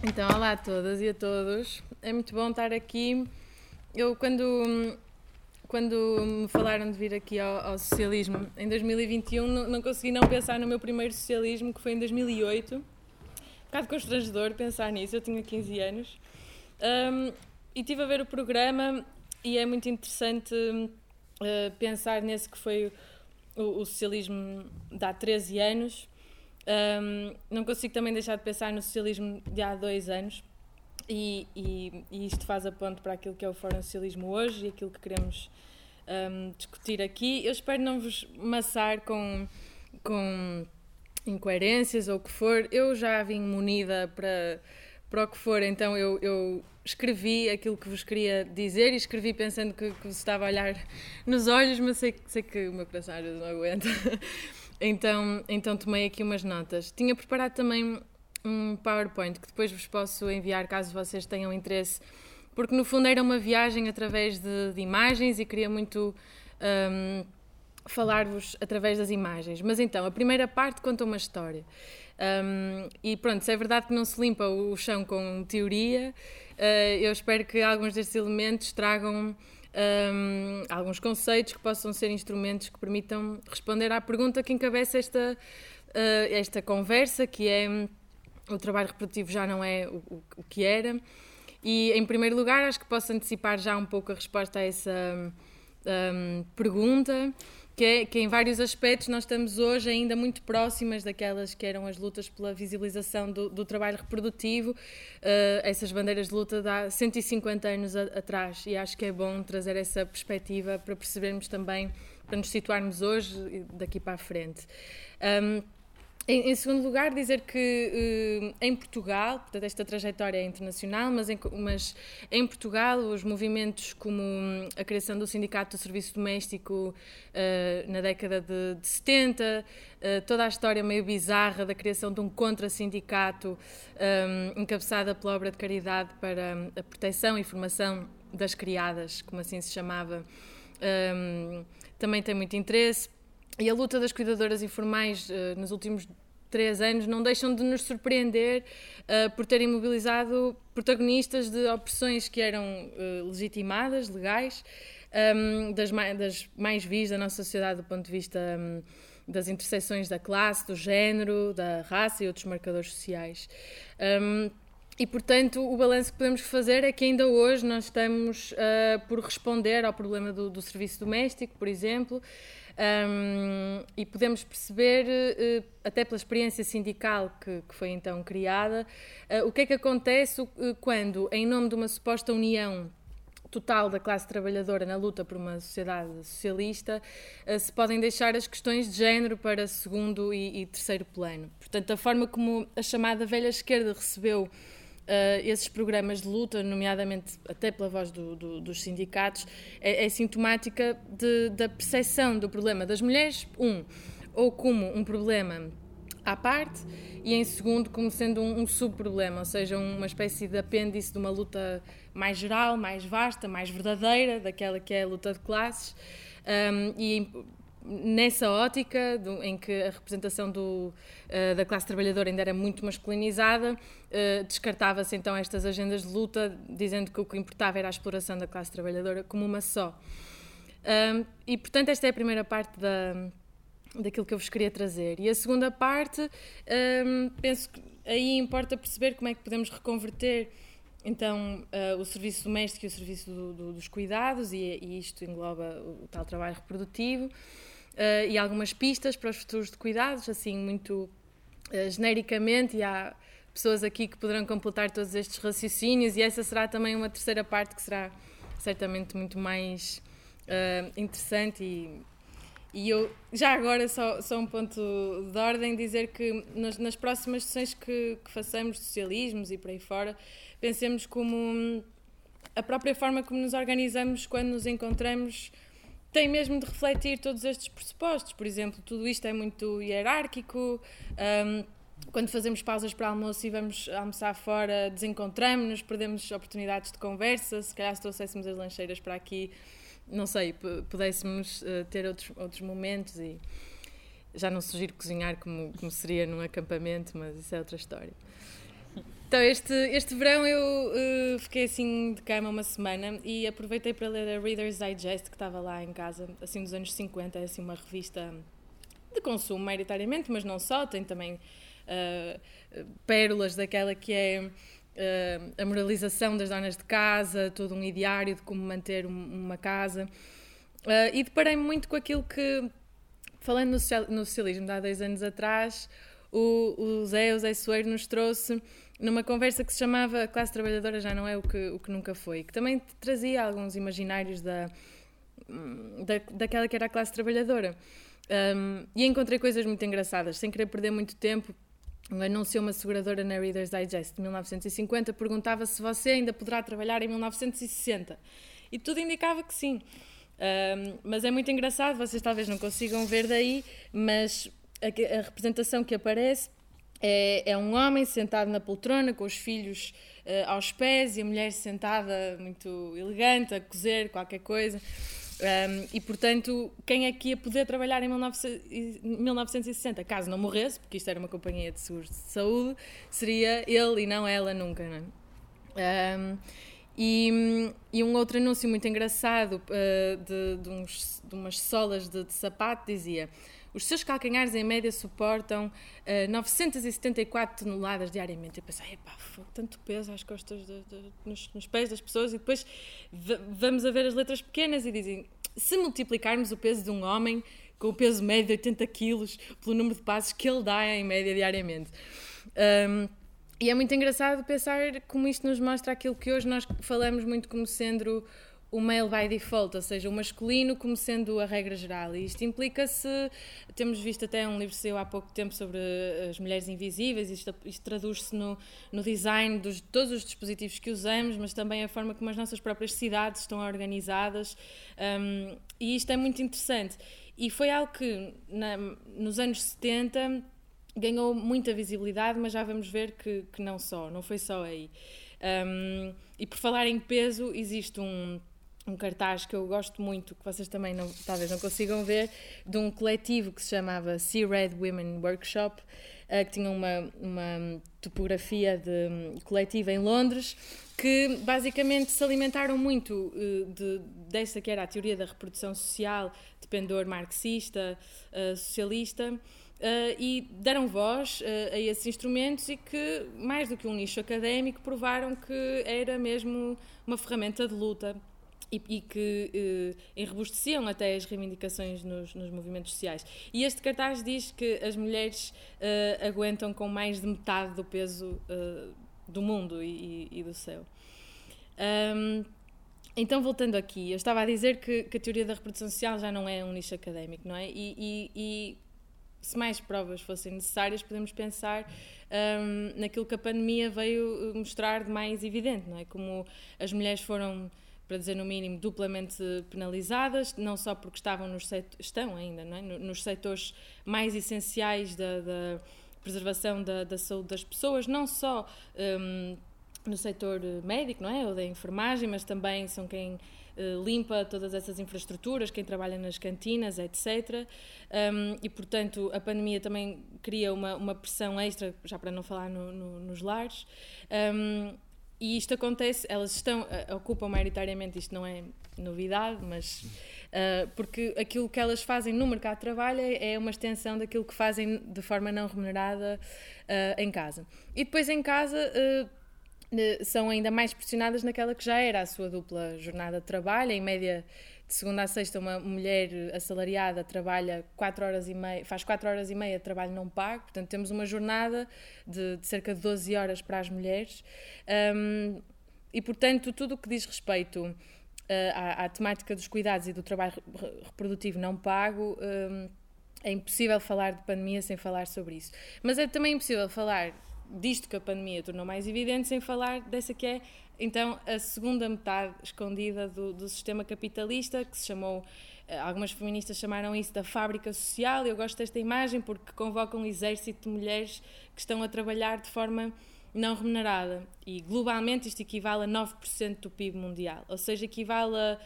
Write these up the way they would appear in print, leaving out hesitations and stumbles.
Então, olá a todas e a todos. É muito bom estar aqui. Eu, quando me falaram de vir aqui ao socialismo em 2021, não consegui não pensar no meu primeiro socialismo, que foi em 2008. Um bocado constrangedor pensar nisso, eu tinha 15 anos. E estive a ver o programa e é muito interessante pensar nesse que foi o socialismo de há 13 anos. Não consigo também deixar de pensar no socialismo de há 2 anos e isto faz a ponte para aquilo que é o Fórum Socialismo hoje e aquilo que queremos discutir aqui. Eu espero não vos maçar com incoerências ou o que for. Eu já vim munida para o que for, então eu escrevi aquilo que vos queria dizer e escrevi pensando que vos estava a olhar nos olhos, mas sei que o meu coração às vezes não aguenta. Então tomei aqui umas notas. Tinha preparado também um PowerPoint que depois vos posso enviar caso vocês tenham interesse, porque no fundo era uma viagem através de imagens e queria muito falar-vos através das imagens. Mas então, a primeira parte conta uma história. E pronto, se é verdade que não se limpa o chão com teoria, eu espero que alguns destes elementos tragam alguns conceitos que possam ser instrumentos que permitam responder à pergunta que encabeça esta conversa, que é: o trabalho reprodutivo já não é o que era? E, em primeiro lugar, acho que posso antecipar já um pouco a resposta a essa pergunta, que em vários aspectos nós estamos hoje ainda muito próximas daquelas que eram as lutas pela visibilização do trabalho reprodutivo, essas bandeiras de luta de há 150 anos atrás, e acho que é bom trazer essa perspectiva para percebermos também, para nos situarmos hoje e daqui para a frente. Em segundo lugar, dizer que em Portugal, portanto esta trajetória é internacional, mas em Portugal os movimentos como a criação do Sindicato do Serviço Doméstico na década de 70, toda a história meio bizarra da criação de um contra-sindicato encabeçada pela obra de caridade para a proteção e formação das criadas, como assim se chamava, também tem muito interesse. E a luta das cuidadoras informais nos últimos 3 anos não deixam de nos surpreender por terem mobilizado protagonistas de opressões que eram legitimadas, legais, das mais vis da nossa sociedade do ponto de vista das intersecções da classe, do género, da raça e outros marcadores sociais. E, portanto, o balanço que podemos fazer é que ainda hoje nós estamos por responder ao problema do serviço doméstico, por exemplo, e podemos perceber, até pela experiência sindical que foi então criada, o que é que acontece quando, em nome de uma suposta união total da classe trabalhadora na luta por uma sociedade socialista, se podem deixar as questões de género para segundo e terceiro plano. Portanto, a forma como a chamada velha esquerda recebeu esses programas de luta, nomeadamente até pela voz dos sindicatos, é sintomática da percepção do problema das mulheres, ou como um problema à parte, e em segundo como sendo um subproblema, ou seja, uma espécie de apêndice de uma luta mais geral, mais vasta, mais verdadeira, daquela que é a luta de classes, e nessa ótica em que a representação da classe trabalhadora ainda era muito masculinizada, descartava-se então estas agendas de luta, dizendo que o que importava era a exploração da classe trabalhadora como uma só. E, portanto, esta é a primeira parte daquilo que eu vos queria trazer. E a segunda parte, penso que aí importa perceber como é que podemos reconverter então o serviço doméstico e o serviço dos cuidados, e isto engloba o tal trabalho reprodutivo, e algumas pistas para os futuros de cuidados, assim muito genericamente, e há pessoas aqui que poderão completar todos estes raciocínios, e essa será também uma terceira parte que será certamente muito mais interessante. E eu, já agora, só um ponto de ordem, dizer que nas próximas sessões que façamos de socialismos e por aí fora, pensemos como a própria forma como nos organizamos quando nos encontramos tem mesmo de refletir todos estes pressupostos. Por exemplo, tudo isto é muito hierárquico. Quando fazemos pausas para almoço e vamos almoçar fora, desencontramos-nos, perdemos oportunidades de conversa. Se calhar se trouxéssemos as lancheiras para aqui, não sei, pudéssemos ter outros momentos. E já não sugiro cozinhar como seria num acampamento, mas isso é outra história. Então, este verão eu fiquei assim de cama uma semana e aproveitei para ler a Reader's Digest, que estava lá em casa, assim dos anos 50, é assim uma revista de consumo, maioritariamente, mas não só, tem também pérolas daquela que é a moralização das donas de casa, todo um ideário de como manter uma casa. E deparei-me muito com aquilo que, falando no socialismo de há 2 anos atrás, o Zé Soeiro nos trouxe numa conversa que se chamava A Classe Trabalhadora Já Não É o que Nunca Foi, que também trazia alguns imaginários daquela que era a classe trabalhadora. E encontrei coisas muito engraçadas, sem querer perder muito tempo. Anunciou uma seguradora na Reader's Digest de 1950, perguntava se você ainda poderá trabalhar em 1960. E tudo indicava que sim. Mas é muito engraçado, vocês talvez não consigam ver daí, mas a representação que aparece é um homem sentado na poltrona com os filhos aos pés e a mulher sentada muito elegante a cozer qualquer coisa. E portanto, quem é que ia poder trabalhar em 1960, caso não morresse, porque isto era uma companhia de seguros de saúde, seria ele e não ela nunca, não é? E um outro anúncio muito engraçado de umas solas de sapato dizia: os seus calcanhares em média suportam 974 toneladas diariamente. Eu pensei, epá, tanto peso às costas nos pés das pessoas. E depois vamos a ver as letras pequenas e dizem: se multiplicarmos o peso de um homem com o peso médio de 80 quilos pelo número de passos que ele dá em média diariamente. E é muito engraçado pensar como isto nos mostra aquilo que hoje nós falamos muito como sendo o male by default, ou seja, o masculino como sendo a regra geral. E isto implica-se, temos visto até um livro que saiu há pouco tempo sobre as mulheres invisíveis, isto traduz-se no design de todos os dispositivos que usamos, mas também a forma como as nossas próprias cidades estão organizadas, e isto é muito interessante. E foi algo que nos anos 70 ganhou muita visibilidade, mas já vamos ver que não foi só aí. E por falar em peso, existe um cartaz que eu gosto muito, que vocês também talvez não consigam ver, de um coletivo que se chamava Sea Red Women Workshop, que tinha uma topografia coletiva em Londres, que basicamente se alimentaram muito desta que era a teoria da reprodução social, de pendor marxista, socialista, e deram voz a esses instrumentos e que, mais do que um nicho académico, provaram que era mesmo uma ferramenta de luta e que enrobusteciam até as reivindicações nos movimentos sociais. E este cartaz diz que as mulheres aguentam com mais de metade do peso do mundo e do céu. Então, voltando aqui, eu estava a dizer que a teoria da reprodução social já não é um nicho académico, não é? E se mais provas fossem necessárias, podemos pensar naquilo que a pandemia veio mostrar de mais evidente, não é? Como as mulheres foram, para dizer no mínimo, duplamente penalizadas, não só porque estão ainda, não é? Nos setores mais essenciais da preservação da saúde das pessoas, não só no setor médico, não é? Ou da enfermagem, mas também são quem limpa todas essas infraestruturas, quem trabalha nas cantinas, etc. E, portanto, a pandemia também cria uma pressão extra, já para não falar nos lares. E isto acontece, elas ocupam maioritariamente, isto não é novidade, mas porque aquilo que elas fazem no mercado de trabalho é uma extensão daquilo que fazem de forma não remunerada em casa. E depois em casa são ainda mais pressionadas naquela que já era a sua dupla jornada de trabalho. Em média, de segunda a sexta, uma mulher assalariada trabalha 4 horas e meia, faz 4 horas e meia de trabalho não pago, portanto temos uma jornada de cerca de 12 horas para as mulheres, e portanto tudo o que diz respeito à temática dos cuidados e do trabalho reprodutivo não pago, é impossível falar de pandemia sem falar sobre isso. Mas é também impossível falar disto que a pandemia tornou mais evidente sem falar dessa que é, então, a segunda metade escondida do sistema capitalista, que se chamou, algumas feministas chamaram isso da fábrica social. Eu gosto desta imagem porque convoca um exército de mulheres que estão a trabalhar de forma não remunerada, e globalmente isto equivale a 9% do PIB mundial, ou seja, equivale a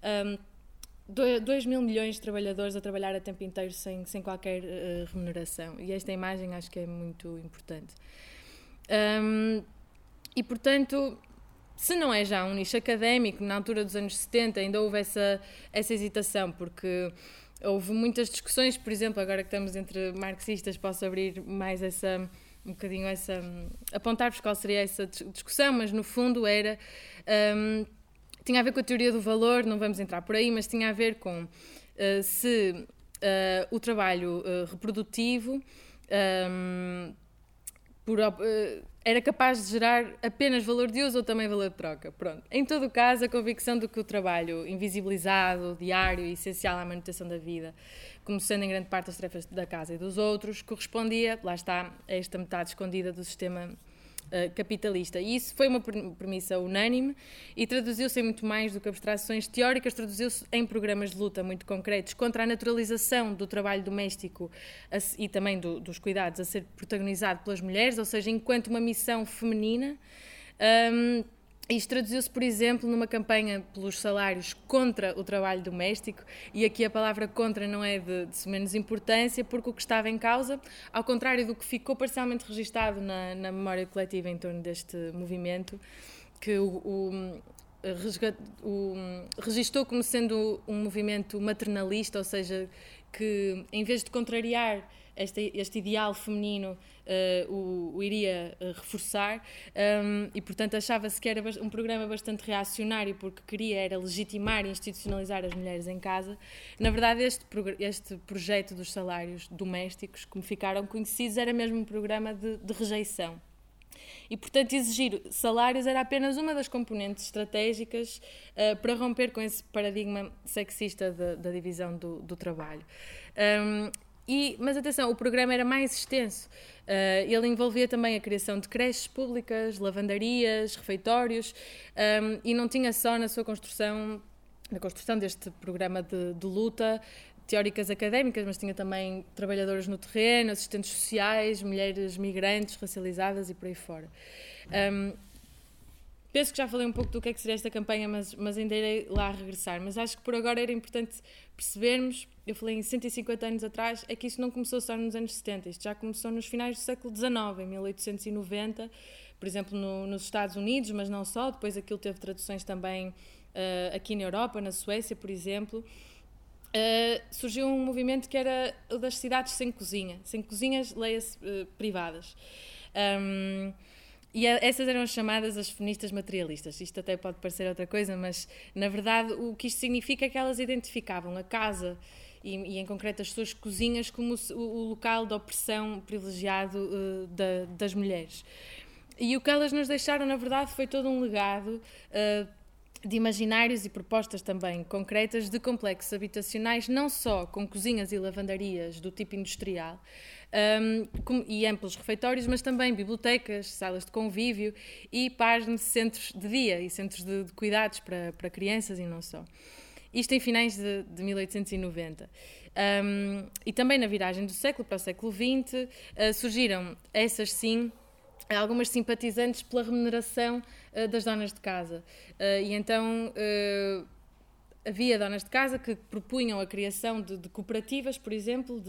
2 mil milhões de trabalhadores a trabalhar a tempo inteiro sem qualquer remuneração. E esta imagem acho que é muito importante. E, portanto, se não é já um nicho académico, na altura dos anos 70 ainda houve essa hesitação, porque houve muitas discussões, por exemplo, agora que estamos entre marxistas, posso abrir mais um bocadinho apontar-vos qual seria essa discussão, mas no fundo tinha a ver com a teoria do valor, não vamos entrar por aí, mas tinha a ver com se o trabalho reprodutivo era capaz de gerar apenas valor de uso ou também valor de troca. Pronto. Em todo o caso, a convicção de que o trabalho invisibilizado, diário e essencial à manutenção da vida, como sendo em grande parte as tarefas da casa e dos outros, correspondia, lá está, a esta metade escondida do sistema capitalista. E isso foi uma premissa unânime e traduziu-se em muito mais do que abstrações teóricas, traduziu-se em programas de luta muito concretos contra a naturalização do trabalho doméstico e também dos cuidados a ser protagonizado pelas mulheres, ou seja, enquanto uma missão feminina. Isto traduziu-se, por exemplo, numa campanha pelos salários contra o trabalho doméstico, e aqui a palavra contra não é de menos importância, porque o que estava em causa, ao contrário do que ficou parcialmente registado na memória coletiva em torno deste movimento, que registou como sendo um movimento maternalista, ou seja, que em vez de contrariar este ideal feminino o iria reforçar, e portanto achava-se que era um programa bastante reacionário porque era legitimar e institucionalizar as mulheres em casa. Na verdade, este projeto dos salários domésticos, como ficaram conhecidos, era mesmo um programa de rejeição. E, portanto, exigir salários era apenas uma das componentes estratégicas para romper com esse paradigma sexista da divisão do trabalho. Mas atenção, o programa era mais extenso. Ele envolvia também a criação de creches públicas, lavandarias, refeitórios, e não tinha só na construção deste programa de luta, teóricas académicas, mas tinha também trabalhadores no terreno, assistentes sociais, mulheres migrantes, racializadas e por aí fora. Penso que já falei um pouco do que é que seria esta campanha, mas ainda irei lá regressar. Mas acho que por agora era importante percebermos, eu falei em 150 anos atrás, é que isso não começou só nos anos 70, isto já começou nos finais do século XIX, em 1890, por exemplo, nos Estados Unidos, mas não só, depois aquilo teve traduções também aqui na Europa, na Suécia, por exemplo. Surgiu um movimento que era o das cidades sem cozinhas, leia-se, privadas. E essas eram as chamadas as feministas materialistas. Isto até pode parecer outra coisa, mas na verdade o que isto significa é que elas identificavam a casa e em concreto as suas cozinhas como o local de opressão privilegiado das mulheres. E o que elas nos deixaram, na verdade, foi todo um legado de imaginários e propostas também concretas de complexos habitacionais, não só com cozinhas e lavandarias do tipo industrial e amplos refeitórios, mas também bibliotecas, salas de convívio e pares de centros de dia e centros de cuidados para crianças e não só. Isto em finais de 1890. E também na viragem do século para o século XX surgiram essas sim algumas simpatizantes pela remuneração das donas de casa. E então havia donas de casa que propunham a criação de cooperativas, por exemplo,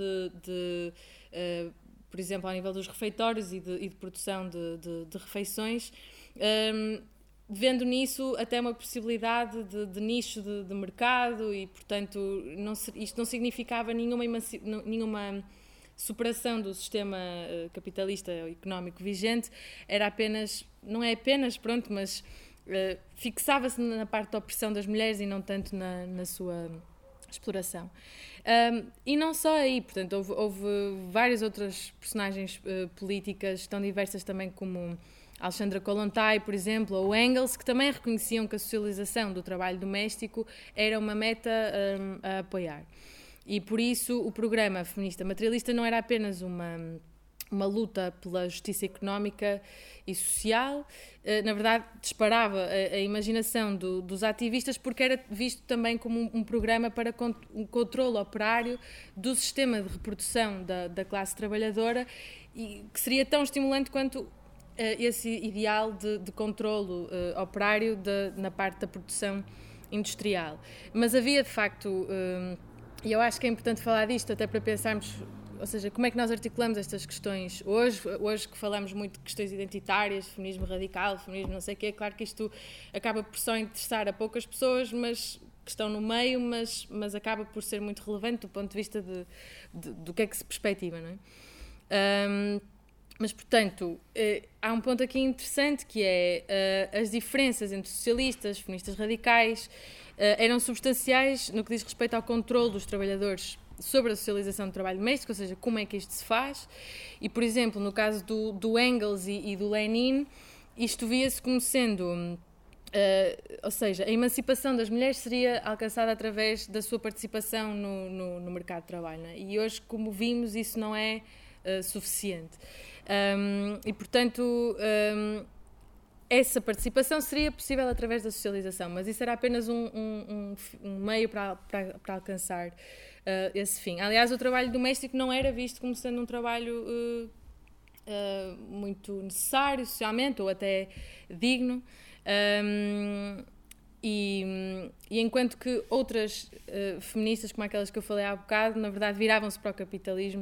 por exemplo, ao nível dos refeitórios e de produção de refeições, vendo nisso até uma possibilidade de nicho de mercado e, portanto, isto não significava nenhuma superação do sistema capitalista ou económico vigente, era apenas, não é apenas, pronto, mas fixava-se na parte da opressão das mulheres e não tanto na sua exploração. E não só aí, portanto, houve várias outras personagens políticas tão diversas também como Alexandra Kollontai, por exemplo, ou Engels, que também reconheciam que a socialização do trabalho doméstico era uma meta a apoiar. E por isso o programa feminista materialista não era apenas uma luta pela justiça económica e social, na verdade disparava a imaginação dos ativistas porque era visto também como um programa para um controle operário do sistema de reprodução da classe trabalhadora e que seria tão estimulante quanto esse ideal de controlo operário na parte da produção industrial. Mas havia de facto... E eu acho que é importante falar disto, até para pensarmos ou seja, como é que nós articulamos estas questões hoje que falamos muito de questões identitárias, feminismo radical, feminismo não sei o quê, claro que isto acaba por só interessar a poucas pessoas, mas que estão no meio, mas acaba por ser muito relevante do ponto de vista do que é que se perspectiva, não é? Mas, portanto, há um ponto aqui interessante que é as diferenças entre socialistas, feministas radicais, eram substanciais no que diz respeito ao controle dos trabalhadores sobre a socialização do trabalho doméstico, ou seja, como é que isto se faz. E, por exemplo, no caso do Engels e do Lenin, isto via-se como sendo... ou seja, a emancipação das mulheres seria alcançada através da sua participação no mercado de trabalho, não é? E hoje, como vimos, isso não é suficiente. E, portanto, essa participação seria possível através da socialização, mas isso era apenas um meio para alcançar esse fim. Aliás, o trabalho doméstico não era visto como sendo um trabalho muito necessário socialmente ou até digno. E enquanto que outras feministas, como aquelas que eu falei há bocado, na verdade viravam-se para o capitalismo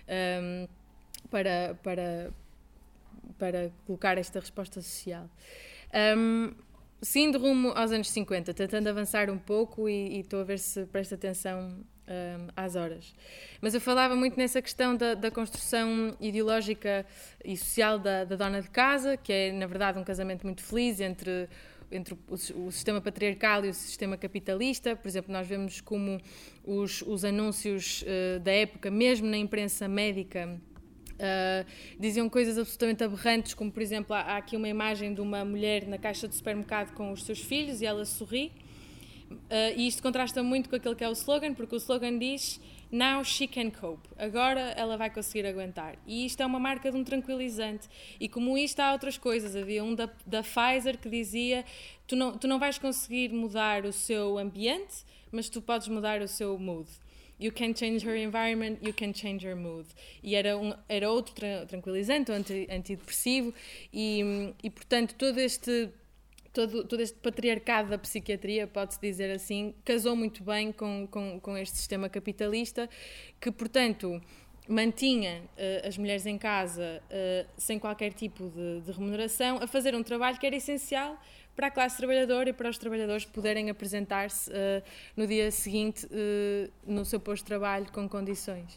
para colocar esta resposta social. Seguindo rumo aos anos 50, tentando avançar um pouco e estou a ver se presta atenção às horas. Mas eu falava muito nessa questão da construção ideológica e social da dona de casa, que é, na verdade, um casamento muito feliz entre o sistema patriarcal e o sistema capitalista. Por exemplo, nós vemos como os anúncios da época, mesmo na imprensa médica, diziam coisas absolutamente aberrantes, como, por exemplo, há aqui uma imagem de uma mulher na caixa de supermercado com os seus filhos e ela sorri. E isto contrasta muito com aquele que é o slogan, porque o slogan diz "Now she can cope", agora ela vai conseguir aguentar. E isto é uma marca de um tranquilizante. E como isto há outras coisas, havia um da Pfizer que dizia tu não vais conseguir mudar o seu ambiente, mas tu podes mudar o seu mood. You can change her environment, you can change her mood. E era outro tranquilizante, antidepressivo, e portanto todo este patriarcado da psiquiatria, pode-se dizer assim, casou muito bem com este sistema capitalista, que, portanto, mantinha as mulheres em casa sem qualquer tipo de remuneração, a fazer um trabalho que era essencial para a classe trabalhadora e para os trabalhadores poderem apresentar-se no dia seguinte no seu posto de trabalho com condições.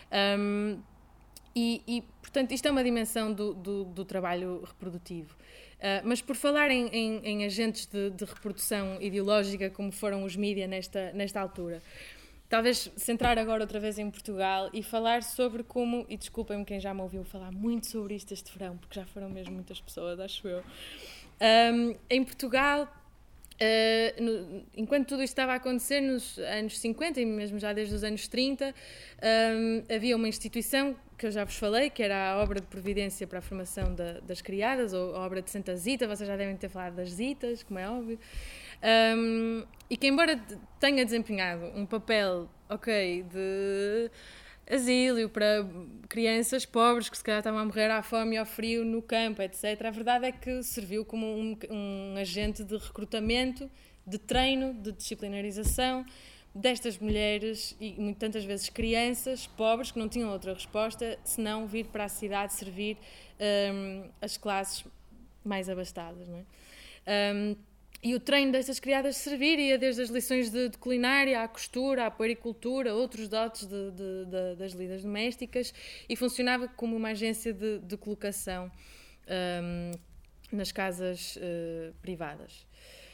Portanto, isto é uma dimensão do trabalho reprodutivo. Mas por falar em agentes de reprodução ideológica, como foram os mídia nesta altura, talvez centrar agora outra vez em Portugal e falar sobre como, e desculpem-me quem já me ouviu falar muito sobre isto este verão, porque já foram mesmo muitas pessoas, acho eu. Em Portugal, enquanto tudo isto estava a acontecer nos anos 50 e mesmo já desde os anos 30, havia uma instituição que eu já vos falei, que era a Obra de Providência para a Formação das Criadas, ou a Obra de Santa Zita. Vocês já devem ter falado das Zitas, como é óbvio, e que, embora tenha desempenhado um papel, de asilo para crianças pobres que se calhar estavam a morrer à fome e ao frio no campo, etc. A verdade é que serviu como um agente de recrutamento, de treino, de disciplinarização destas mulheres e tantas vezes crianças pobres que não tinham outra resposta senão vir para a cidade servir as classes mais abastadas, não é? E o treino destas criadas de servir ia desde as lições de culinária, à costura, à puericultura, outros dotes das lidas domésticas, e funcionava como uma agência de colocação nas casas privadas.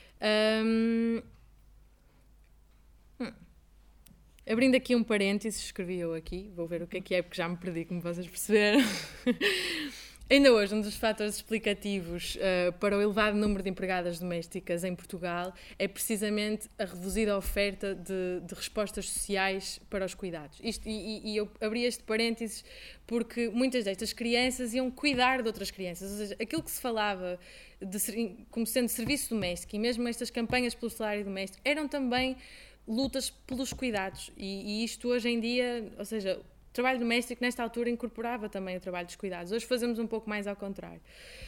Abrindo aqui um parênteses, escrevi eu aqui, vou ver o que é porque já me perdi, como vocês perceberam. Ainda hoje, um dos fatores explicativos para o elevado número de empregadas domésticas em Portugal é precisamente a reduzida oferta de respostas sociais para os cuidados. E eu abri este parênteses porque muitas destas crianças iam cuidar de outras crianças, ou seja, aquilo que se falava como sendo serviço doméstico e mesmo estas campanhas pelo salário doméstico eram também lutas pelos cuidados, e isto hoje em dia, ou seja, o trabalho doméstico nesta altura incorporava também o trabalho dos cuidados. Hoje fazemos um pouco mais ao contrário.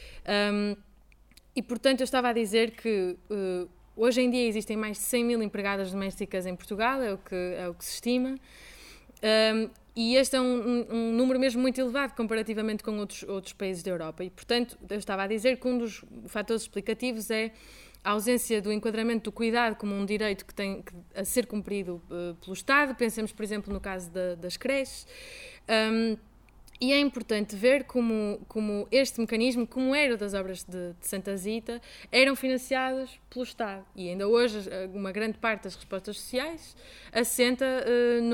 E portanto eu estava a dizer que hoje em dia existem mais de 100 mil empregadas domésticas em Portugal, é o que se estima, E este é um número mesmo muito elevado comparativamente com outros países da Europa. E, portanto, eu estava a dizer que um dos fatores explicativos é a ausência do enquadramento do cuidado como um direito que tem a ser cumprido pelo Estado. Pensemos, por exemplo, no caso das creches. E é importante ver como este mecanismo, como era o das obras de Santa Zita, eram financiados pelo Estado. E ainda hoje uma grande parte das respostas sociais assenta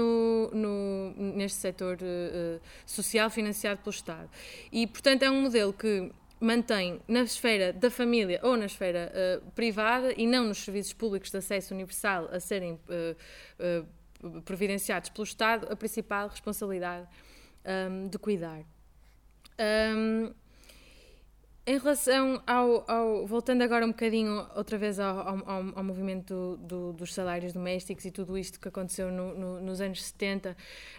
neste setor social financiado pelo Estado. E, portanto, é um modelo que mantém na esfera da família ou na esfera privada e não nos serviços públicos de acesso universal a serem providenciados pelo Estado a principal responsabilidade de cuidar. Em relação voltando agora um bocadinho outra vez ao movimento dos salários domésticos e tudo isto que aconteceu nos anos 70,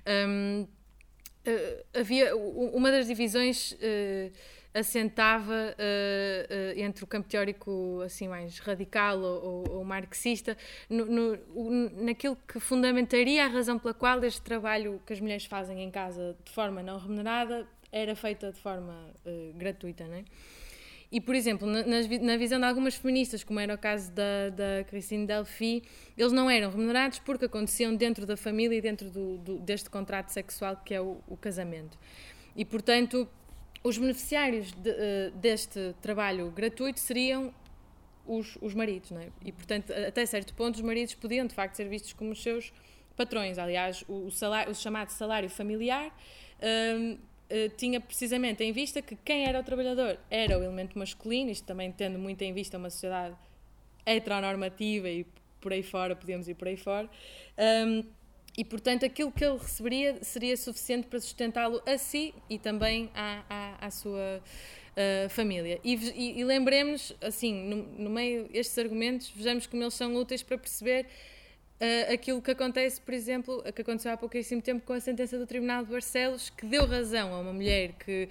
havia uma das divisões assentava entre o campo teórico assim mais radical ou marxista naquilo que fundamentaria a razão pela qual este trabalho que as mulheres fazem em casa de forma não remunerada era feita de forma gratuita, não é? E, por exemplo, na visão de algumas feministas, como era o caso da Christine Delphi, eles não eram remunerados porque aconteciam dentro da família e dentro deste contrato sexual que é o casamento. E, portanto, os beneficiários deste trabalho gratuito seriam os maridos, não é? E, portanto, até certo ponto, os maridos podiam, de facto, ser vistos como os seus patrões. Aliás, o chamado salário familiar tinha precisamente em vista que quem era o trabalhador era o elemento masculino, isto também tendo muito em vista uma sociedade heteronormativa e por aí fora, podíamos ir por aí fora, e portanto aquilo que ele receberia seria suficiente para sustentá-lo a si e também à sua família. E lembremos-nos, assim, no meio destes argumentos, vejamos como eles são úteis para perceber aquilo que acontece, por exemplo, que aconteceu há pouquíssimo tempo com a sentença do Tribunal de Barcelos, que deu razão a uma mulher que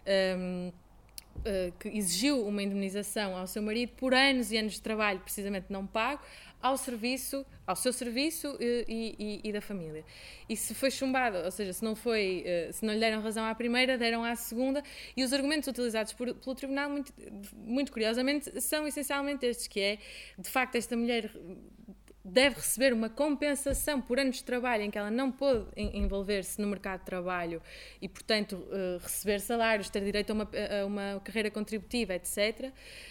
exigiu uma indemnização ao seu marido por anos e anos de trabalho, precisamente não pago, ao seu serviço e da família. E se foi chumbado, ou seja, se não lhe deram razão à primeira, deram à segunda, e os argumentos utilizados pelo Tribunal, muito curiosamente, são essencialmente estes, que é, de facto, esta mulher deve receber uma compensação por anos de trabalho em que ela não pôde envolver-se no mercado de trabalho e, portanto, receber salários, ter direito a uma carreira contributiva, etc.,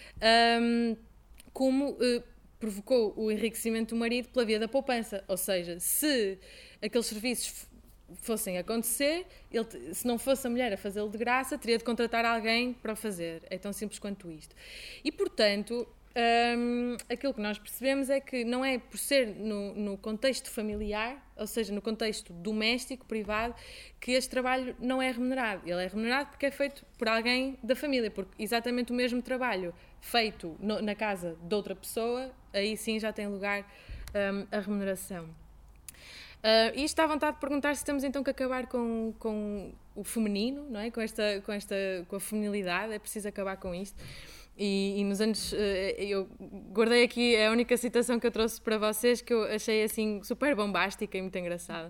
como provocou o enriquecimento do marido pela via da poupança. Ou seja, se aqueles serviços fossem acontecer, se não fosse a mulher a fazê-lo de graça, teria de contratar alguém para o fazer. É tão simples quanto isto. E, portanto, aquilo que nós percebemos é que não é por ser no contexto familiar, ou seja, no contexto doméstico, privado, que este trabalho não é remunerado. Ele é remunerado porque é feito por alguém da família, porque exatamente o mesmo trabalho feito na casa de outra pessoa, aí sim já tem lugar a remuneração. E está à vontade de perguntar se estamos então a acabar com o feminino, não é? Com a feminilidade, é preciso acabar com isto. E nos anos, eu guardei aqui a única citação que eu trouxe para vocês, que eu achei assim super bombástica e muito engraçada,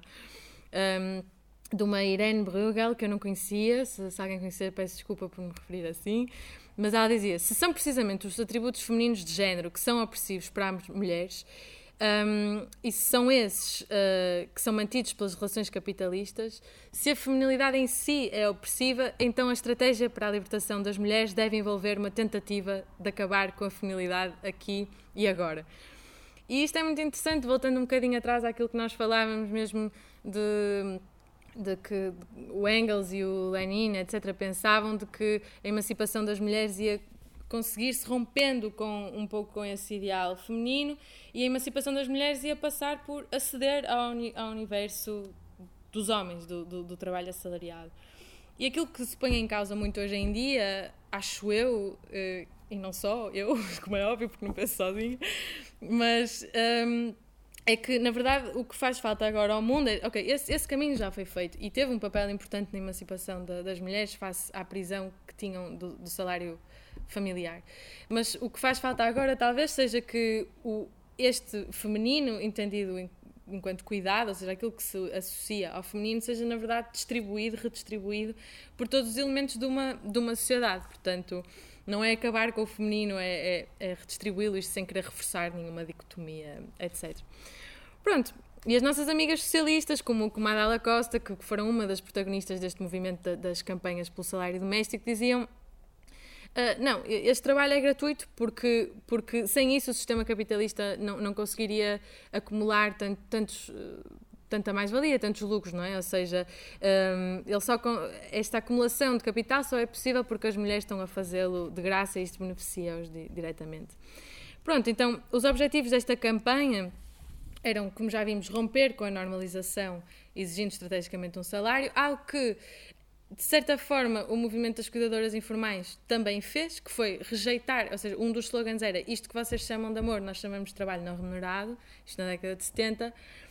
de uma Irene Bruegel, que eu não conhecia. Se alguém conhecer, peço desculpa por me referir assim, mas ela dizia: se são precisamente os atributos femininos de género que são opressivos para as mulheres, e se são esses que são mantidos pelas relações capitalistas, se a feminilidade em si é opressiva, então a estratégia para a libertação das mulheres deve envolver uma tentativa de acabar com a feminilidade aqui e agora. E isto é muito interessante, voltando um bocadinho atrás àquilo que nós falávamos mesmo de que o Engels e o Lenin, etc., pensavam de que a emancipação das mulheres ia conseguir-se rompendo um pouco com esse ideal feminino, e a emancipação das mulheres ia passar por aceder ao universo dos homens, do trabalho assalariado. E aquilo que se põe em causa muito hoje em dia, acho eu, e não só eu, como é óbvio, porque não penso sozinha, mas é que, na verdade, o que faz falta agora ao mundo é, ok, esse caminho já foi feito e teve um papel importante na emancipação das mulheres face à prisão que tinham do salário familiar. Mas o que faz falta agora talvez seja que este feminino, entendido enquanto cuidado, ou seja, aquilo que se associa ao feminino, seja na verdade distribuído, redistribuído por todos os elementos de uma sociedade. Portanto, não é acabar com o feminino, é redistribuí-lo, isto sem querer reforçar nenhuma dicotomia, etc. Pronto, e as nossas amigas socialistas, como a Adela Costa, que foram uma das protagonistas deste movimento das campanhas pelo salário doméstico, diziam: não, este trabalho é gratuito porque sem isso o sistema capitalista não conseguiria acumular tanta mais-valia, tantos lucros, não é? Ou seja, esta acumulação de capital só é possível porque as mulheres estão a fazê-lo de graça e isto beneficia-os diretamente. Pronto, então, os objetivos desta campanha eram, como já vimos, romper com a normalização exigindo estrategicamente um salário, algo que, de certa forma, o movimento das cuidadoras informais também fez, que foi rejeitar, ou seja, um dos slogans era: isto que vocês chamam de amor, nós chamamos de trabalho não remunerado, isto na década de 70,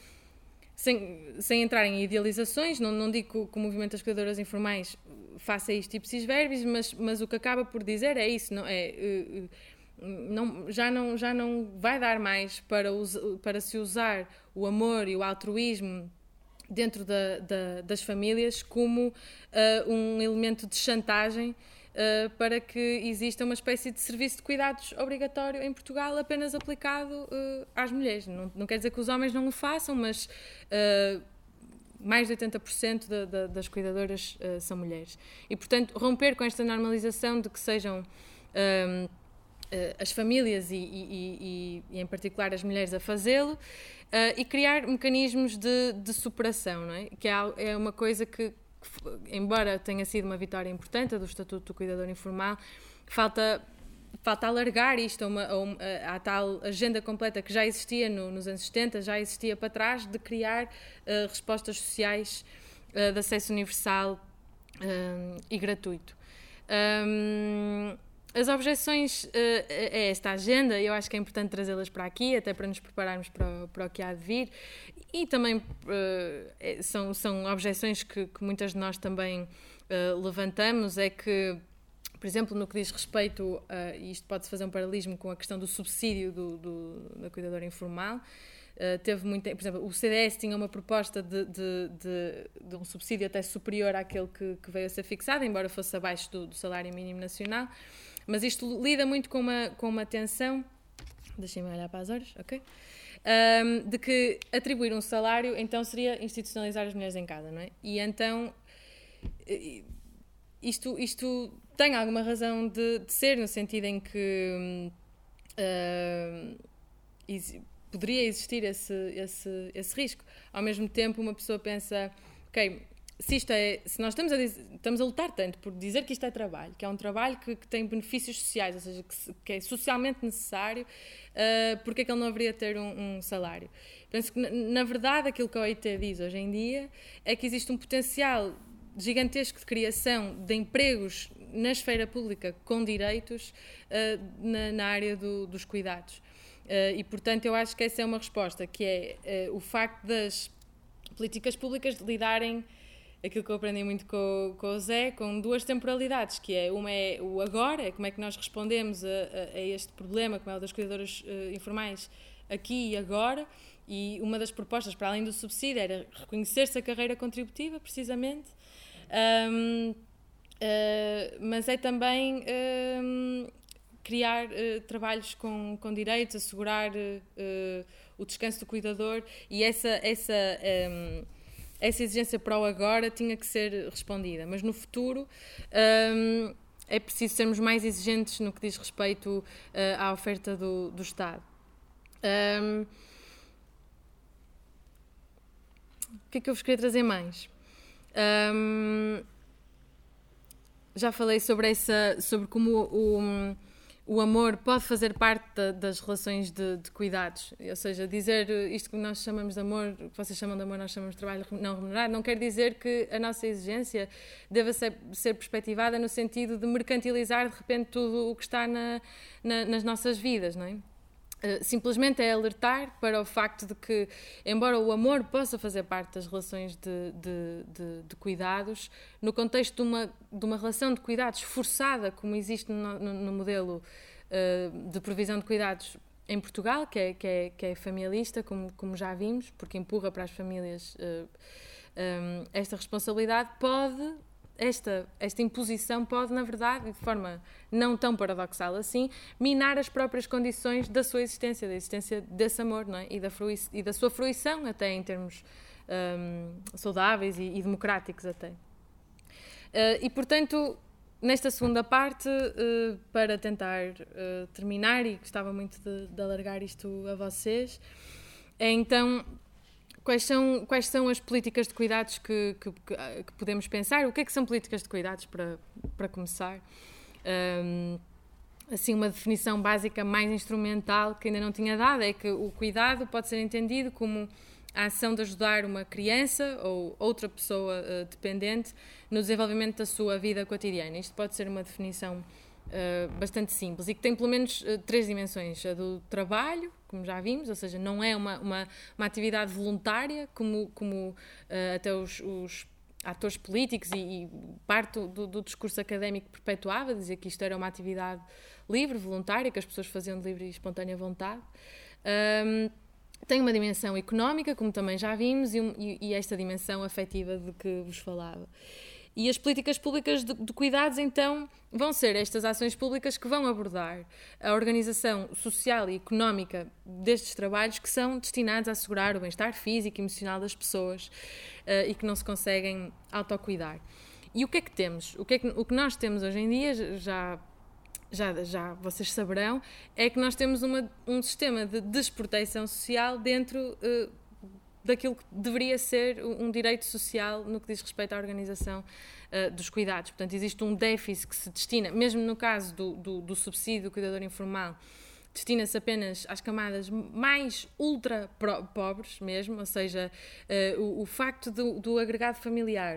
sem entrar em idealizações. Não digo que o movimento das cuidadoras informais faça isto ipsis verbis, mas o que acaba por dizer é isso, não é... já não vai dar mais para se usar o amor e o altruísmo dentro das famílias como um elemento de chantagem para que exista uma espécie de serviço de cuidados obrigatório em Portugal apenas aplicado às mulheres. Não quer dizer que os homens não o façam, mas mais de 80% das cuidadoras são mulheres. E, portanto, romper com esta normalização de que sejam as famílias e em particular as mulheres a fazê-lo, e criar mecanismos de superação, não é? Que é uma coisa que, embora tenha sido uma vitória importante, a do Estatuto do Cuidador Informal, falta alargar isto à tal agenda completa que já existia nos anos 70, já existia para trás, de criar respostas sociais de acesso universal e gratuito. As objeções a esta agenda, eu acho que é importante trazê-las para aqui, até para nos prepararmos para o que há de vir, e também são objeções que muitas de nós também levantamos, é que, por exemplo, no que diz respeito, e isto pode-se fazer um paralelismo com a questão do subsídio da cuidadora informal, teve muito, por exemplo, o CDS tinha uma proposta de um subsídio até superior àquele que veio a ser fixado, embora fosse abaixo do salário mínimo nacional, mas isto lida muito com uma tensão, deixem-me olhar para as horas, ok? De que atribuir um salário então seria institucionalizar as mulheres em casa, não é? E então isto tem alguma razão de ser, no sentido em que poderia existir esse risco. Ao mesmo tempo, uma pessoa pensa: ok, se nós estamos a lutar tanto por dizer que isto é trabalho, que é um trabalho que tem benefícios sociais, ou seja, que é socialmente necessário, porque é que ele não haveria de ter um salário? Penso que, na verdade, aquilo que a OIT diz hoje em dia é que existe um potencial gigantesco de criação de empregos na esfera pública com direitos na área dos cuidados. E, portanto, eu acho que essa é uma resposta, que é o facto das políticas públicas de lidarem, aquilo que eu aprendi muito com o Zé, com duas temporalidades, que é uma é o agora, é como é que nós respondemos a este problema, como é o das cuidadoras informais, aqui e agora, e uma das propostas, para além do subsídio, era reconhecer-se a carreira contributiva, precisamente, mas é também criar trabalhos com direitos, assegurar o descanso do cuidador, e essa exigência para o agora tinha que ser respondida. Mas no futuro é preciso sermos mais exigentes no que diz respeito à oferta do Estado. O que é que eu vos queria trazer mais? Já falei sobre como o amor pode fazer parte das relações de cuidados, ou seja, dizer isto que nós chamamos de amor, que vocês chamam de amor, nós chamamos de trabalho não remunerado, não quer dizer que a nossa exigência deva ser perspectivada no sentido de mercantilizar de repente tudo o que está nas nossas vidas, não é? Simplesmente é alertar para o facto de que, embora o amor possa fazer parte das relações de cuidados, no contexto de uma relação de cuidados forçada, como existe no modelo de provisão de cuidados em Portugal, que é familista, como já vimos, porque empurra para as famílias esta responsabilidade, esta imposição pode, na verdade, de forma não tão paradoxal assim, minar as próprias condições da sua existência, da existência desse amor, não é? E da sua fruição, até em termos saudáveis e democráticos até. E, portanto, nesta segunda parte, para tentar terminar, e gostava muito de alargar isto a vocês, é então quais são as políticas de cuidados que podemos pensar? O que é que são políticas de cuidados, para começar? Assim, uma definição básica mais instrumental que ainda não tinha dado é que o cuidado pode ser entendido como a ação de ajudar uma criança ou outra pessoa dependente no desenvolvimento da sua vida cotidiana. Isto pode ser uma definição bastante simples e que tem pelo menos 3 dimensões. A do trabalho, como já vimos, ou seja, não é uma atividade voluntária, como até os atores políticos e parte do discurso académico perpetuava, dizia que isto era uma atividade livre, voluntária, que as pessoas faziam de livre e espontânea vontade. Tem uma dimensão económica, como também já vimos, e esta dimensão afetiva de que vos falava. E as políticas públicas de cuidados, então, vão ser estas ações públicas que vão abordar a organização social e económica destes trabalhos que são destinados a assegurar o bem-estar físico e emocional das pessoas e que não se conseguem autocuidar. E o que é que temos? O que nós temos hoje em dia, já vocês saberão, é que nós temos um sistema de desproteção social dentro daquilo que deveria ser um direito social no que diz respeito à organização dos cuidados. Portanto, existe um déficit que se destina, mesmo no caso do subsídio do cuidador informal, destina-se apenas às camadas mais ultra pobres mesmo, ou seja, o facto do agregado familiar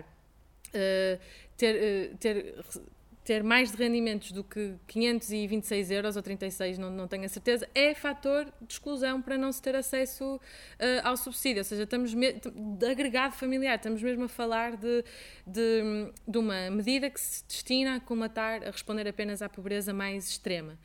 ter mais de rendimentos do que 526 euros ou 36, não tenho a certeza, é fator de exclusão para não se ter acesso ao subsídio. Ou seja, estamos de agregado familiar, estamos mesmo a falar de uma medida que se destina a responder apenas à pobreza mais extrema.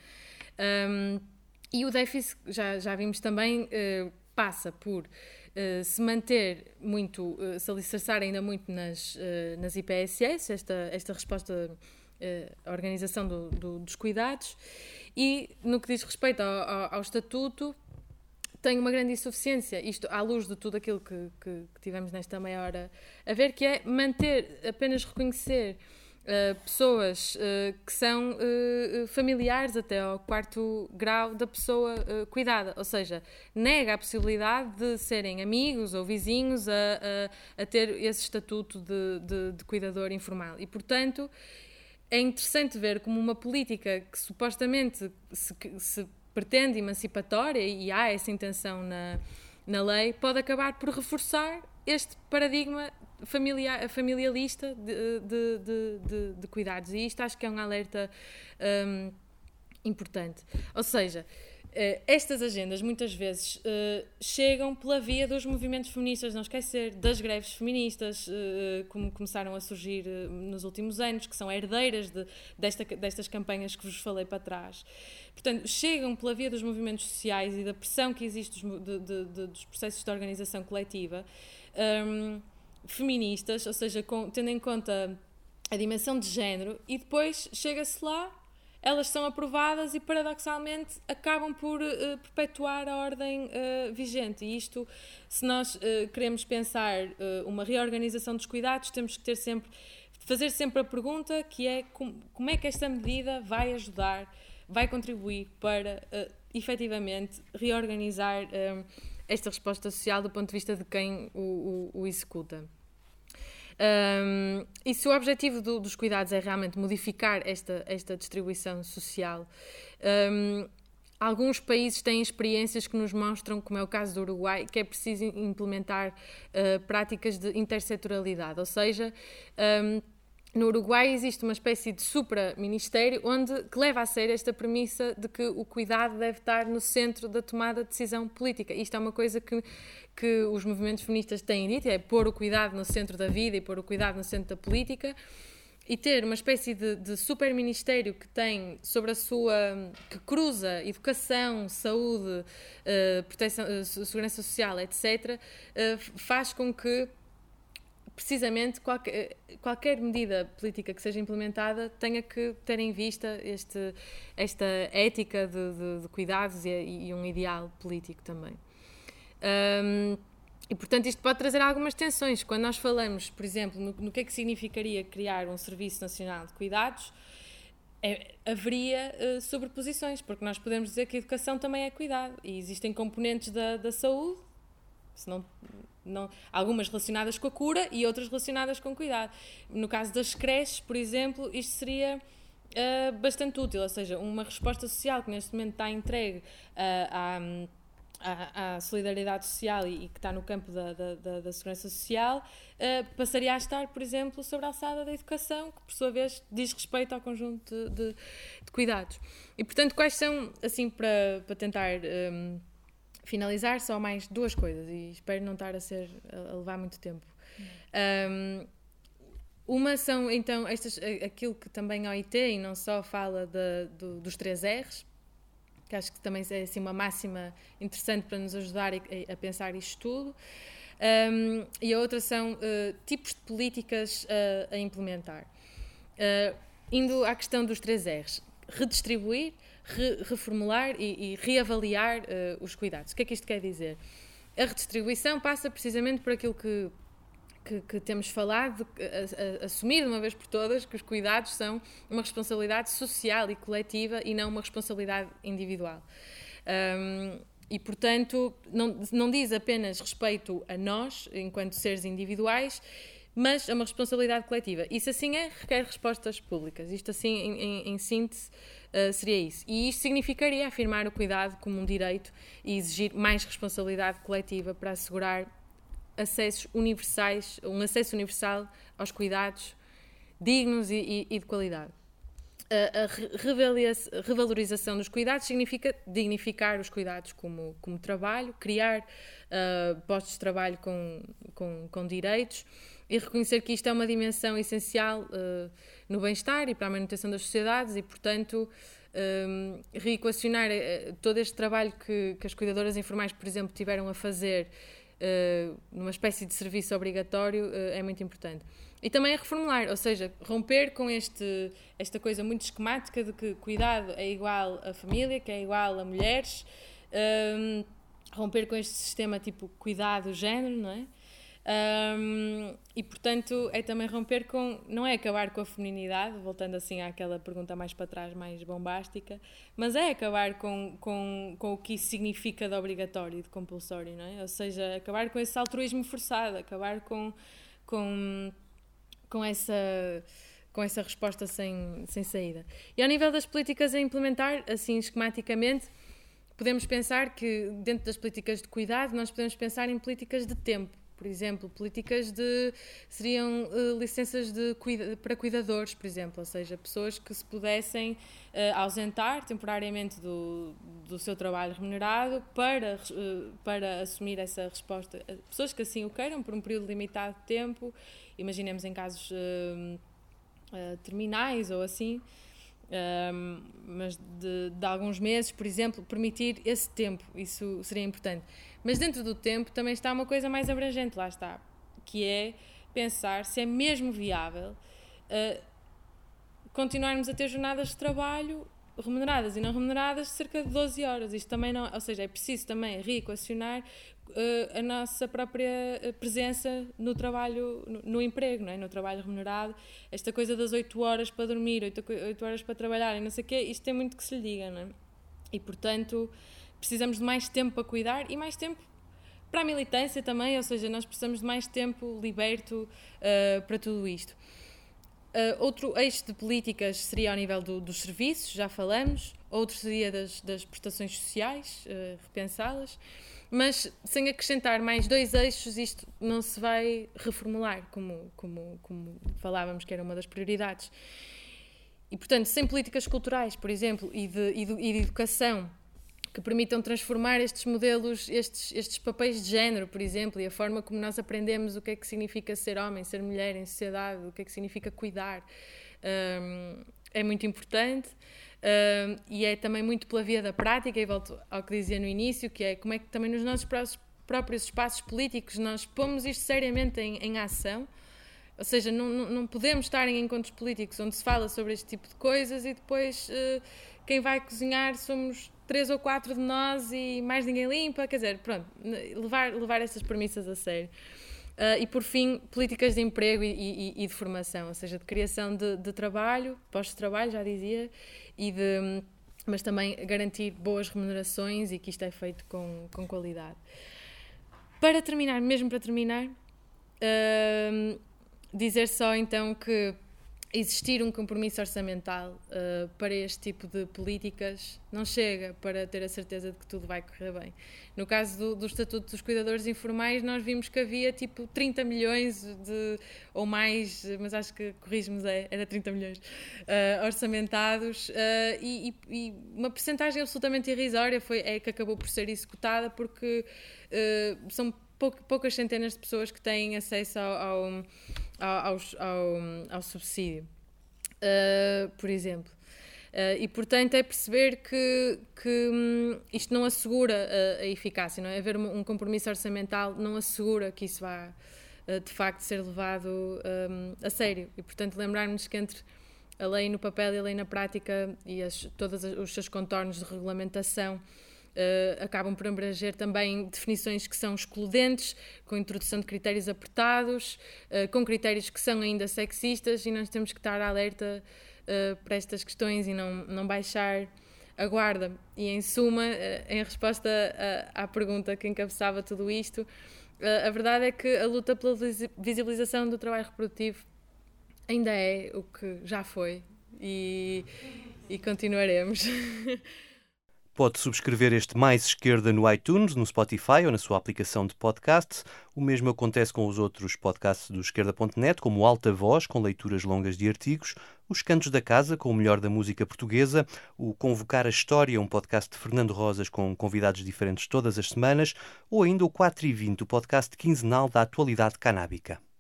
E o déficit, já vimos também, passa por se manter muito, se alicerçar ainda muito nas IPSS, esta resposta a organização dos cuidados, e no que diz respeito ao estatuto tem uma grande insuficiência, isto à luz de tudo aquilo que tivemos nesta meia hora a ver, que é apenas reconhecer pessoas que são familiares até ao 4º grau da pessoa cuidada, ou seja, nega a possibilidade de serem amigos ou vizinhos a ter esse estatuto de cuidador informal. E, portanto, é interessante ver como uma política que supostamente se pretende emancipatória, e há essa intenção na lei, pode acabar por reforçar este paradigma familialista de cuidados. E isto acho que é um alerta importante. Ou seja, estas agendas muitas vezes chegam pela via dos movimentos feministas, não esquecer, das greves feministas, como começaram a surgir nos últimos anos, que são herdeiras destas campanhas que vos falei para trás. Portanto, chegam pela via dos movimentos sociais e da pressão que existe dos processos de organização coletiva, feministas, ou seja, tendo em conta a dimensão de género, e depois chega-se lá, elas são aprovadas e, paradoxalmente, acabam por perpetuar a ordem vigente. E isto, se nós queremos pensar uma reorganização dos cuidados, temos que fazer sempre a pergunta que é como é que esta medida vai ajudar, vai contribuir para, efetivamente, reorganizar esta resposta social do ponto de vista de quem o executa. E se o objetivo dos cuidados é realmente modificar esta distribuição social, alguns países têm experiências que nos mostram, como é o caso do Uruguai, que é preciso implementar práticas de intersetorialidade, ou seja, no Uruguai existe uma espécie de supra-ministério que leva a sério esta premissa de que o cuidado deve estar no centro da tomada de decisão política. Isto é uma coisa que os movimentos feministas têm dito, é pôr o cuidado no centro da vida e pôr o cuidado no centro da política. e ter uma espécie de super-ministério que tem sobre a sua... que cruza educação, saúde, proteção, segurança social, etc., faz com que, precisamente, qualquer medida política que seja implementada tenha que ter em vista esta ética de cuidados e um ideal político também. E, portanto, isto pode trazer algumas tensões. Quando nós falamos, por exemplo, no que é que significaria criar um Serviço Nacional de Cuidados, haveria sobreposições, porque nós podemos dizer que a educação também é cuidado, e existem componentes da saúde, algumas relacionadas com a cura e outras relacionadas com o cuidado. No caso das creches, por exemplo, isto seria bastante útil, ou seja, uma resposta social que neste momento está entregue à solidariedade social e que está no campo da segurança social, passaria a estar, por exemplo, sobre a alçada da educação, que por sua vez diz respeito ao conjunto de cuidados. E, portanto, quais são, assim, para tentar finalizar, só mais duas coisas, e espero não estar a levar muito tempo. Uma são, então, aquilo que também a OIT, e não só, fala dos 3 R's, que acho que também é assim, uma máxima interessante para nos ajudar a pensar isto tudo. E a outra são tipos de políticas a implementar. Indo à questão dos 3 R's, redistribuir, reformular e reavaliar os cuidados. O que é que isto quer dizer? A redistribuição passa precisamente por aquilo que temos falado, assumir de uma vez por todas que os cuidados são uma responsabilidade social e coletiva e não uma responsabilidade individual. E, portanto, não diz apenas respeito a nós, enquanto seres individuais, mas a uma responsabilidade coletiva. Isso assim requer respostas públicas. Isto assim, em síntese, seria isso. E isto significaria afirmar o cuidado como um direito e exigir mais responsabilidade coletiva para assegurar acessos universais, um acesso universal aos cuidados dignos e de qualidade. A revalorização dos cuidados significa dignificar os cuidados como trabalho, criar postos de trabalho com direitos e reconhecer que isto é uma dimensão essencial no bem-estar e para a manutenção das sociedades e, portanto, reequacionar todo este trabalho que as cuidadoras informais, por exemplo, tiveram a fazer numa espécie de serviço obrigatório é muito importante. E também a reformular, ou seja, romper com esta coisa muito esquemática de que cuidado é igual a família, que é igual a mulheres, romper com este sistema tipo cuidado-género, não é? E, portanto, é também romper não é acabar com a feminilidade, voltando assim àquela pergunta mais para trás, mais bombástica, mas é acabar com o que isso significa de obrigatório e de compulsório, não é? Ou seja, acabar com esse altruísmo forçado, acabar com essa resposta sem saída. E ao nível das políticas a implementar, assim esquematicamente, podemos pensar que dentro das políticas de cuidado nós podemos pensar em políticas de tempo. Por exemplo, políticas seriam licenças para cuidadores, por exemplo, ou seja, pessoas que se pudessem ausentar temporariamente do seu trabalho remunerado para assumir essa resposta. Pessoas que assim o queiram por um período limitado de tempo, imaginemos em casos terminais ou assim, mas de alguns meses, por exemplo, permitir esse tempo, isso seria importante. Mas dentro do tempo também está uma coisa mais abrangente, lá está, que é pensar se é mesmo viável continuarmos a ter jornadas de trabalho remuneradas e não remuneradas de cerca de 12 horas. Isto também não, ou seja, é preciso também reequacionar a nossa própria presença no trabalho, no emprego, não é? No trabalho remunerado. Esta coisa das 8 horas para dormir, 8 horas para trabalhar e não sei o quê, isto tem muito que se lhe diga, não é? E, portanto, precisamos de mais tempo para cuidar e mais tempo para a militância também, ou seja, nós precisamos de mais tempo liberto para tudo isto. Outro eixo de políticas seria ao nível dos serviços, já falamos, outro seria das prestações sociais, repensá-las, mas sem acrescentar mais 2 eixos isto não se vai reformular, como falávamos que era uma das prioridades. E, portanto, sem políticas culturais, por exemplo, e de educação que permitam transformar estes modelos, estes papéis de género, por exemplo, e a forma como nós aprendemos o que é que significa ser homem, ser mulher em sociedade, o que é que significa cuidar, é muito importante. E é também muito pela via da prática, e volto ao que dizia no início, que é como é que também nos nossos próprios espaços políticos nós pomos isto seriamente em ação. Ou seja, não podemos estar em encontros políticos onde se fala sobre este tipo de coisas e depois quem vai cozinhar somos 3 ou 4 de nós e mais ninguém limpa. Quer dizer, pronto, levar essas premissas a sério. E por fim, políticas de emprego e de formação, ou seja, de criação de trabalho, postos de trabalho, já dizia, mas também garantir boas remunerações e que isto é feito com qualidade. Para terminar, dizer só então que existir um compromisso orçamental para este tipo de políticas não chega para ter a certeza de que tudo vai correr bem. No caso do Estatuto dos Cuidadores Informais, nós vimos que havia tipo 30 milhões ou mais, mas acho que, corrijo-me, era 30 milhões orçamentados e uma percentagem absolutamente irrisória é que acabou por ser executada porque são poucas centenas de pessoas que têm acesso ao subsídio, por exemplo. E, portanto, é perceber que isto não assegura a eficácia, não é? Haver um compromisso orçamental não assegura que isso vá, de facto, ser levado a sério. E, portanto, lembrarmos que entre a lei no papel e a lei na prática e todos os seus contornos de regulamentação acabam por abranger também definições que são excludentes, com a introdução de critérios apertados, com critérios que são ainda sexistas, e nós temos que estar alerta para estas questões e não baixar a guarda. E, em suma, em resposta à pergunta que encabeçava tudo isto, a verdade é que a luta pela visibilização do trabalho reprodutivo ainda é o que já foi e continuaremos. Pode subscrever este Mais Esquerda no iTunes, no Spotify ou na sua aplicação de podcast. O mesmo acontece com os outros podcasts do Esquerda.net, como o Alta Voz, com leituras longas de artigos, os Cantos da Casa, com o melhor da música portuguesa, o Convocar a História, um podcast de Fernando Rosas com convidados diferentes todas as semanas, ou ainda o 4 e 20, o podcast quinzenal da atualidade canábica.